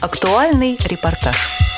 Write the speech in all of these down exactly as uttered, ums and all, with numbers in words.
Актуальный репортаж.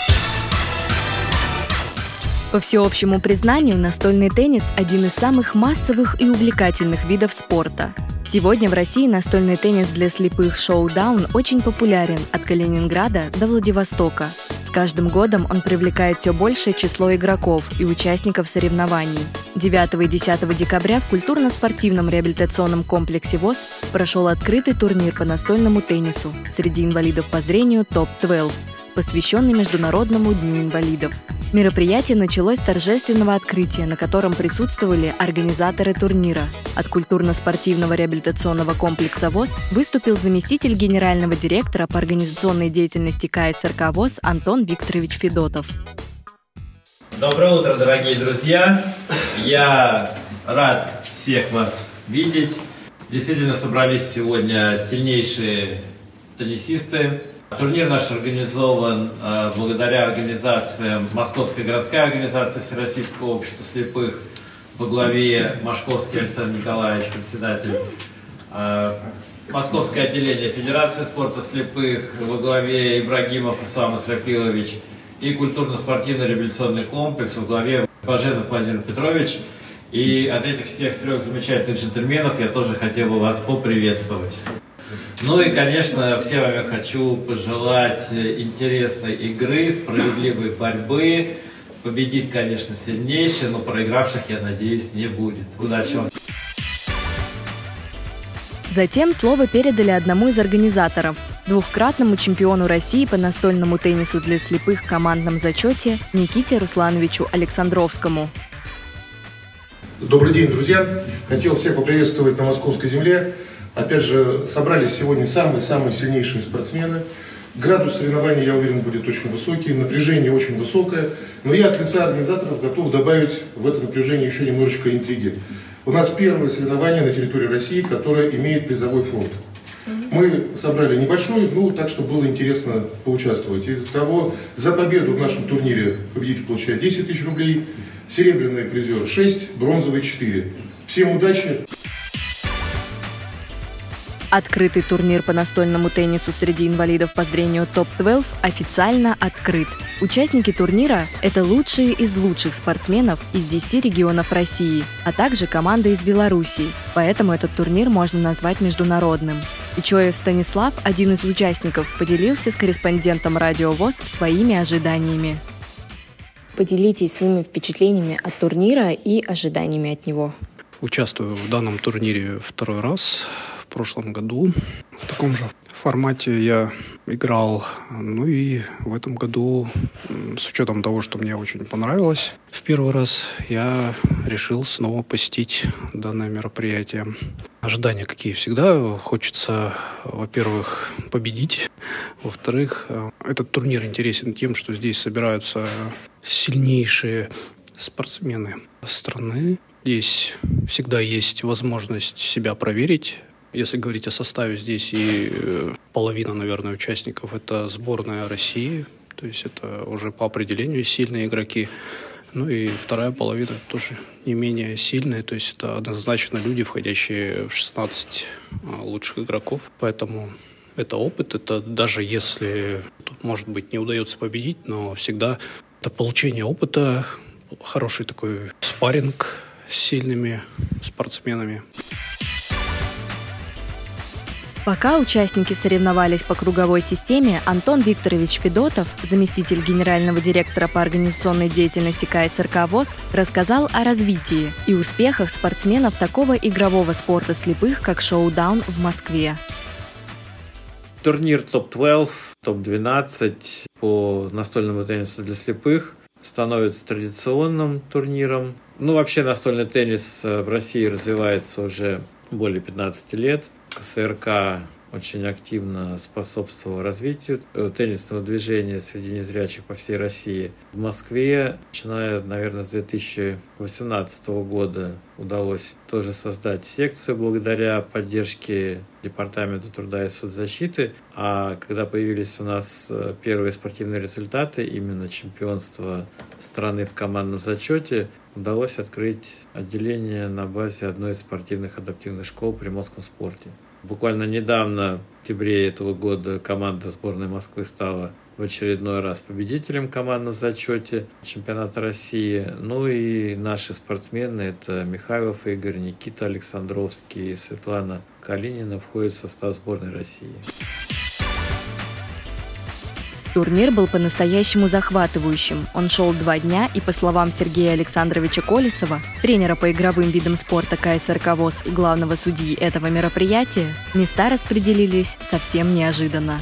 По всеобщему признанию, настольный теннис – один из самых массовых и увлекательных видов спорта. Сегодня в России настольный теннис для слепых «Шоу-даун» очень популярен от Калининграда до Владивостока. С каждым годом он привлекает все большее число игроков и участников соревнований. девятого и десятого декабря в культурно-спортивном реабилитационном комплексе ВОС прошел открытый турнир по настольному теннису среди инвалидов по зрению топ двенадцать, посвященный Международному дню инвалидов. Мероприятие началось с торжественного открытия, на котором присутствовали организаторы турнира. От культурно-спортивного реабилитационного комплекса ВОС выступил заместитель генерального директора по организационной деятельности ка эс эр ка ВОС Антон Викторович Федотов. Доброе утро, дорогие друзья! Я рад всех вас видеть. Действительно собрались сегодня сильнейшие теннисисты. Турнир наш организован э, благодаря организациям Московской городской организации Всероссийского общества слепых во главе Машковский Александр Николаевич, председатель, э, Московское отделение Федерации спорта слепых во главе Ибрагимов Ислам Исрапилович и культурно-спортивный реабилитационный комплекс во главе Баженов Владимир Петрович. И от этих всех трех замечательных джентльменов я тоже хотел бы вас поприветствовать. Ну и, конечно, всем вам я хочу пожелать интересной игры, справедливой борьбы. Победить, конечно, сильнейший, но проигравших, я надеюсь, не будет. Удачи вам! Затем слово передали одному из организаторов, двухкратному чемпиону России по настольному теннису для слепых в командном зачете Никите Руслановичу Александровскому. Добрый день, друзья! Хотел всех поприветствовать на московской земле. Опять же, собрались сегодня самые-самые сильнейшие спортсмены. Градус соревнований, я уверен, будет очень высокий, напряжение очень высокое. Но я от лица организаторов готов добавить в это напряжение еще немножечко интриги. У нас первое соревнование на территории России, которое имеет призовой фонд. Мы собрали небольшой, ну, так, чтобы было интересно поучаствовать. Из того, за победу в нашем турнире победитель получает десять тысяч рублей, серебряный призер шесть, бронзовый четыре. Всем удачи! Открытый турнир по настольному теннису среди инвалидов по зрению топ двенадцать официально открыт. Участники турнира – это лучшие из лучших спортсменов из десяти регионов России, а также команда из Белоруссии, поэтому этот турнир можно назвать международным. Ичоев Станислав, один из участников, поделился с корреспондентом Радио ВОС своими ожиданиями. Поделитесь своими впечатлениями от турнира и ожиданиями от него. Участвую в данном турнире второй раз. В прошлом году в таком же формате я играл. Ну и в этом году, с учетом того, что мне очень понравилось, в первый раз я решил снова посетить данное мероприятие. Ожидания какие всегда. Хочется, во-первых, победить. Во-вторых, этот турнир интересен тем, что здесь собираются сильнейшие спортсмены страны. Здесь всегда есть возможность себя проверить. Если говорить о составе, здесь и половина, наверное, участников – это сборная России. То есть это уже по определению сильные игроки. Ну и вторая половина тоже не менее сильная. То есть это однозначно люди, входящие в шестнадцать лучших игроков. Поэтому это опыт. Это даже если, может быть, не удается победить, но всегда это получение опыта, хороший такой спарринг с сильными спортсменами. Пока участники соревновались по круговой системе, Антон Викторович Федотов, заместитель генерального директора по организационной деятельности ка эс эр ка ВОС, рассказал о развитии и успехах спортсменов такого игрового спорта слепых, как «Шоу-даун» в Москве. Турнир топ двенадцать, топ двенадцать по настольному теннису для слепых становится традиционным турниром. Ну, вообще настольный теннис в России развивается уже более пятнадцати лет. ка эс эр ка очень активно способствовал развитию теннисного движения среди незрячих по всей России. В Москве, начиная, наверное, с две тысячи восемнадцатого года, удалось тоже создать секцию благодаря поддержке Департамента труда и соцзащиты. А когда появились у нас первые спортивные результаты, именно чемпионство страны в командном зачете, удалось открыть отделение на базе одной из спортивных адаптивных школ в Приморском спорте. Буквально недавно, в октябре этого года, команда сборной Москвы стала в очередной раз победителем в командном зачете чемпионата России. Ну и наши спортсмены, это Михайлов Игорь, Никита Александровский и Светлана Калинина, входят в состав сборной России. Турнир был по-настоящему захватывающим. Он шел два дня, и, по словам Сергея Александровича Колесова, тренера по игровым видам спорта КСРК ВОС и главного судьи этого мероприятия, места распределились совсем неожиданно.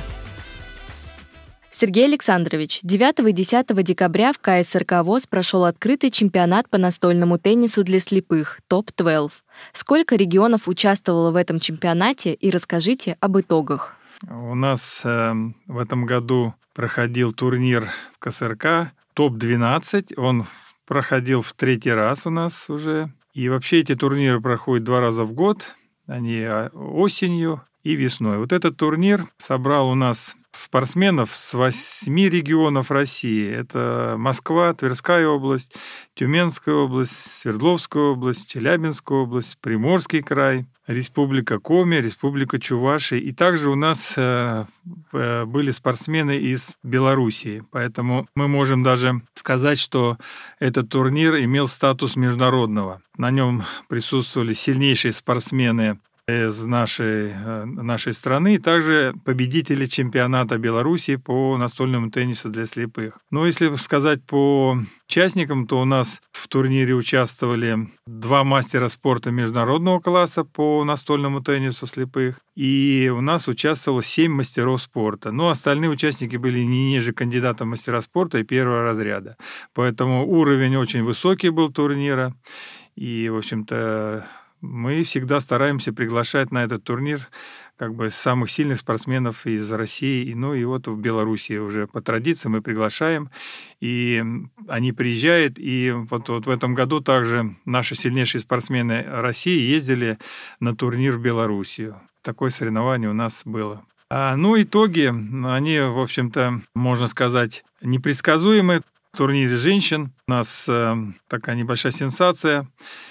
Сергей Александрович, девятого и десятого декабря в КСРК ВОС прошел открытый чемпионат по настольному теннису для слепых топ двенадцать. Сколько регионов участвовало в этом чемпионате, и расскажите об итогах. У нас э, в этом году проходил турнир в КСРК топ двенадцать. Он проходил в третий раз у нас уже. И вообще эти турниры проходят два раза в год. Они осенью и весной. Вот этот турнир собрал у нас спортсменов с восьми регионов России. Это Москва, Тверская область, Тюменская область, Свердловская область, Челябинская область, Приморский край, Республика Коми, Республика Чувашия. И также у нас э, были спортсмены из Белоруссии. Поэтому мы можем даже сказать, что этот турнир имел статус международного. На нем присутствовали сильнейшие спортсмены из нашей, нашей страны, и также победители чемпионата Беларуси по настольному теннису для слепых. Но если сказать по участникам, то у нас в турнире участвовали два мастера спорта международного класса по настольному теннису слепых, и у нас участвовало семь мастеров спорта. Но остальные участники были не ниже кандидата в мастера спорта и первого разряда. Поэтому уровень очень высокий был турнира, и, в общем-то, мы всегда стараемся приглашать на этот турнир как бы самых сильных спортсменов из России, ну и вот в Беларуси уже по традиции мы приглашаем, и они приезжают, и вот, вот в этом году также наши сильнейшие спортсмены России ездили на турнир в Белоруссию. Такое соревнование у нас было. А, ну, итоги, они, в общем-то, можно сказать, непредсказуемые. В турнире женщин у нас э, такая небольшая сенсация.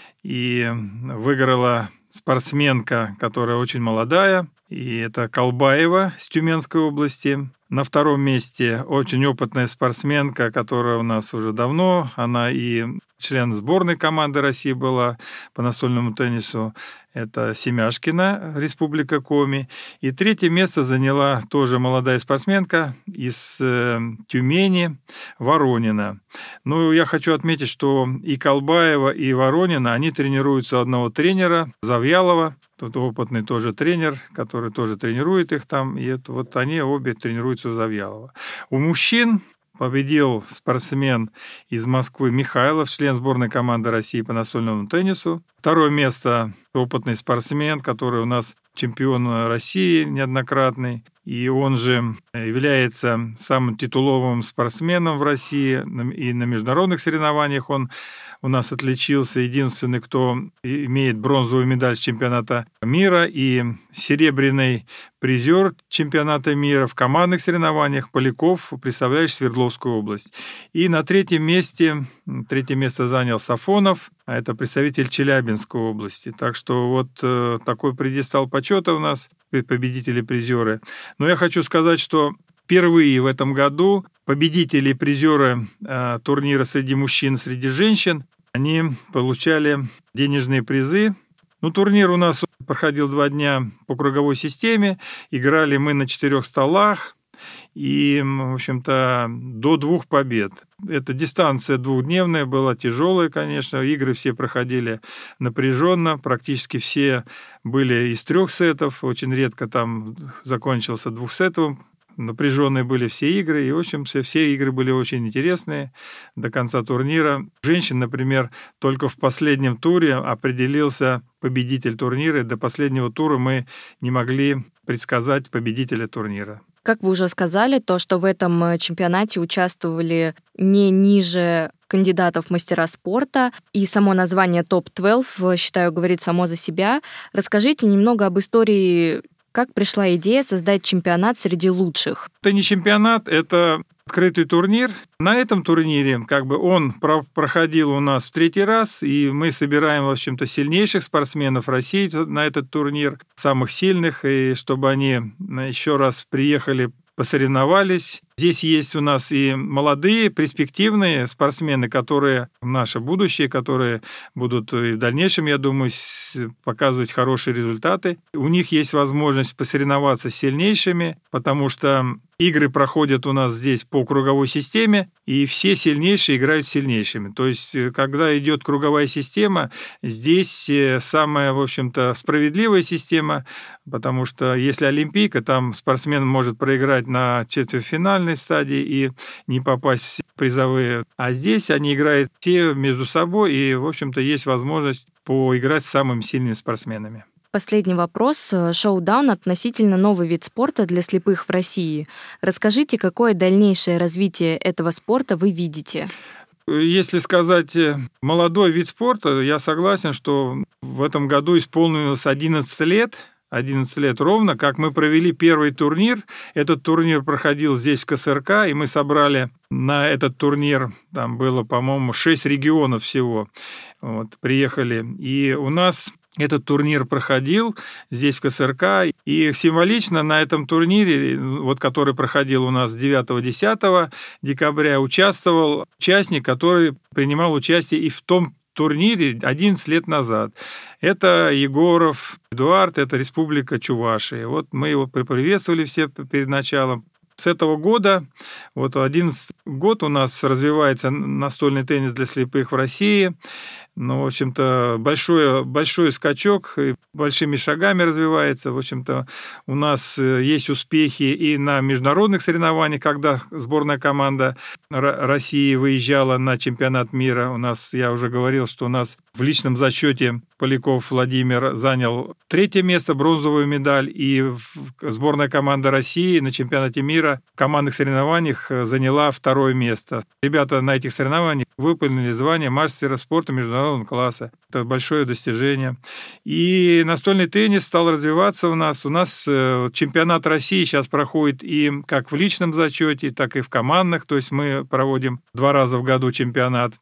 И выиграла спортсменка, которая очень молодая, и это Колбаева с Тюменской области. На втором месте очень опытная спортсменка, которая у нас уже давно, она и член сборной команды России была по настольному теннису. Это Семяшкина, Республика Коми. И третье место заняла тоже молодая спортсменка из э, Тюмени, Воронина. Ну, я хочу отметить, что и Колбаева, и Воронина, они тренируются у одного тренера, Завьялова. Тут опытный тоже тренер, который тоже тренирует их там. И это, вот они обе тренируются у Завьялова. У мужчин победил спортсмен из Москвы Михайлов, член сборной команды России по настольному теннису. Второе место – опытный спортсмен, который у нас чемпион России неоднократный. И он же является самым титулованным спортсменом в России. И на международных соревнованиях он у нас отличился. Единственный, кто имеет бронзовую медаль с чемпионата мира и серебряный призер чемпионата мира в командных соревнованиях Поляков, представляющий Свердловскую область. И на третьем месте, третье место занял Сафонов, а это представитель Челябинской области. Так что вот э, такой пьедестал почета у нас, победители-призеры. Но я хочу сказать, что впервые в этом году победители и призеры э, турнира среди мужчин, среди женщин, они получали денежные призы. Ну, турнир у нас проходил два дня по круговой системе. Играли мы на четырех столах. И, в общем-то, до двух побед. Эта дистанция двухдневная была тяжелая, конечно. Игры все проходили напряженно. Практически все были из трех сетов. Очень редко там закончился двухсетовым. Напряженные были все игры, и, в общем, все, все игры были очень интересные до конца турнира. Женщин, например, только в последнем туре определился победитель турнира, и до последнего тура мы не могли предсказать победителя турнира. Как вы уже сказали, то, что в этом чемпионате участвовали не ниже кандидатов в мастера спорта, и само название топ двенадцать, считаю, говорит само за себя. Расскажите немного об истории. Как пришла идея создать чемпионат среди лучших? Это не чемпионат, это открытый турнир. На этом турнире как бы он про- проходил у нас в третий раз, и мы собираем, в общем-то, сильнейших спортсменов России на этот турнир, самых сильных, и чтобы они еще раз приехали, посоревновались. Здесь есть у нас и молодые, перспективные спортсмены, которые наше будущее, которые будут и в дальнейшем, я думаю, показывать хорошие результаты. У них есть возможность посоревноваться с сильнейшими, потому что игры проходят у нас здесь по круговой системе, и все сильнейшие играют с сильнейшими. То есть, когда идет круговая система, здесь самая, в общем-то, справедливая система, потому что если олимпийка, там спортсмен может проиграть на четвертьфинальной стадии и не попасть в призовые. А здесь они играют все между собой, и, в общем-то, есть возможность поиграть с самыми сильными спортсменами. Последний вопрос. Шоу-даун относительно новый вид спорта для слепых в России. Расскажите, какое дальнейшее развитие этого спорта вы видите? Если сказать молодой вид спорта, я согласен, что в этом году исполнилось одиннадцать лет, одиннадцать лет ровно, как мы провели первый турнир. Этот турнир проходил здесь, в ка эс эр ка, и мы собрали на этот турнир, там было, по-моему, шесть регионов всего. Вот, приехали. И у нас этот турнир проходил здесь, в ка эс эр ка, и символично на этом турнире, вот, который проходил у нас девятого-десятого декабря, участвовал участник, который принимал участие и в том турнире одиннадцать лет назад. Это Егоров Эдуард, это Республика Чувашия. Вот мы его поприветствовали все перед началом. С этого года, вот одиннадцатый год у нас развивается настольный теннис для слепых в России. Ну, в общем-то, большой, большой скачок, и большими шагами развивается. В общем-то, у нас есть успехи и на международных соревнованиях, когда сборная команда России выезжала на чемпионат мира. У нас, я уже говорил, что у нас в личном зачете Поляков Владимир занял третье место, бронзовую медаль, и сборная команда России на чемпионате мира в командных соревнованиях заняла второе место. Ребята на этих соревнованиях выполнили звание мастера спорта международного класса. Это большое достижение. И настольный теннис стал развиваться у нас. У нас чемпионат России сейчас проходит и как в личном зачете, так и в командных. То есть мы проводим два раза в году чемпионат.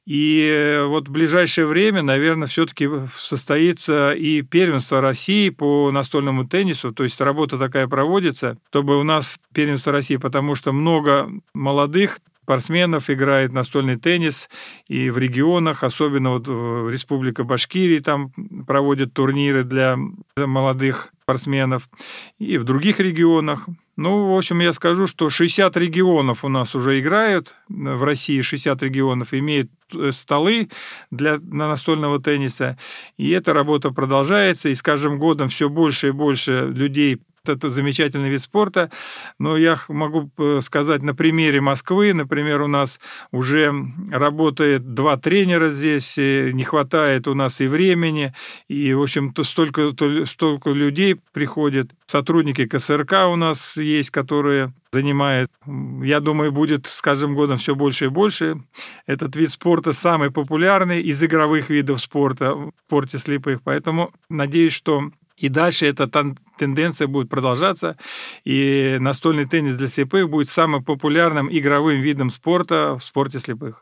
И вот в ближайшее время, наверное, все-таки состоится и первенство России по настольному теннису. То есть работа такая проводится, чтобы у нас первенство России, потому что много молодых спортсменов играет настольный теннис и в регионах, особенно вот в Республике Башкирия, там проводят турниры для молодых спортсменов, и в других регионах. Ну, в общем, я скажу, что шестьдесят регионов у нас уже играют, в России шестьдесят регионов имеют столы для настольного тенниса, и эта работа продолжается, и с каждым годом все больше и больше людей. Это замечательный вид спорта, но я могу сказать на примере Москвы, например, у нас уже работает два тренера здесь, не хватает у нас и времени, и, в общем-то, столько, столько людей приходит. Сотрудники ка эс эр ка у нас есть, которые занимают, я думаю, будет с каждым годом все больше и больше. Этот вид спорта самый популярный из игровых видов спорта в спорте слепых, поэтому надеюсь, что и дальше эта тенденция будет продолжаться, и настольный теннис для слепых будет самым популярным игровым видом спорта в спорте слепых.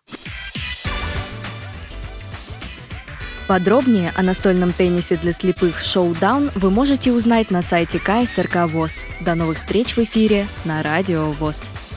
Подробнее о настольном теннисе для слепых «Шоу-даун» вы можете узнать на сайте ка эс эр ка ВОС. До новых встреч в эфире на Радио ВОС.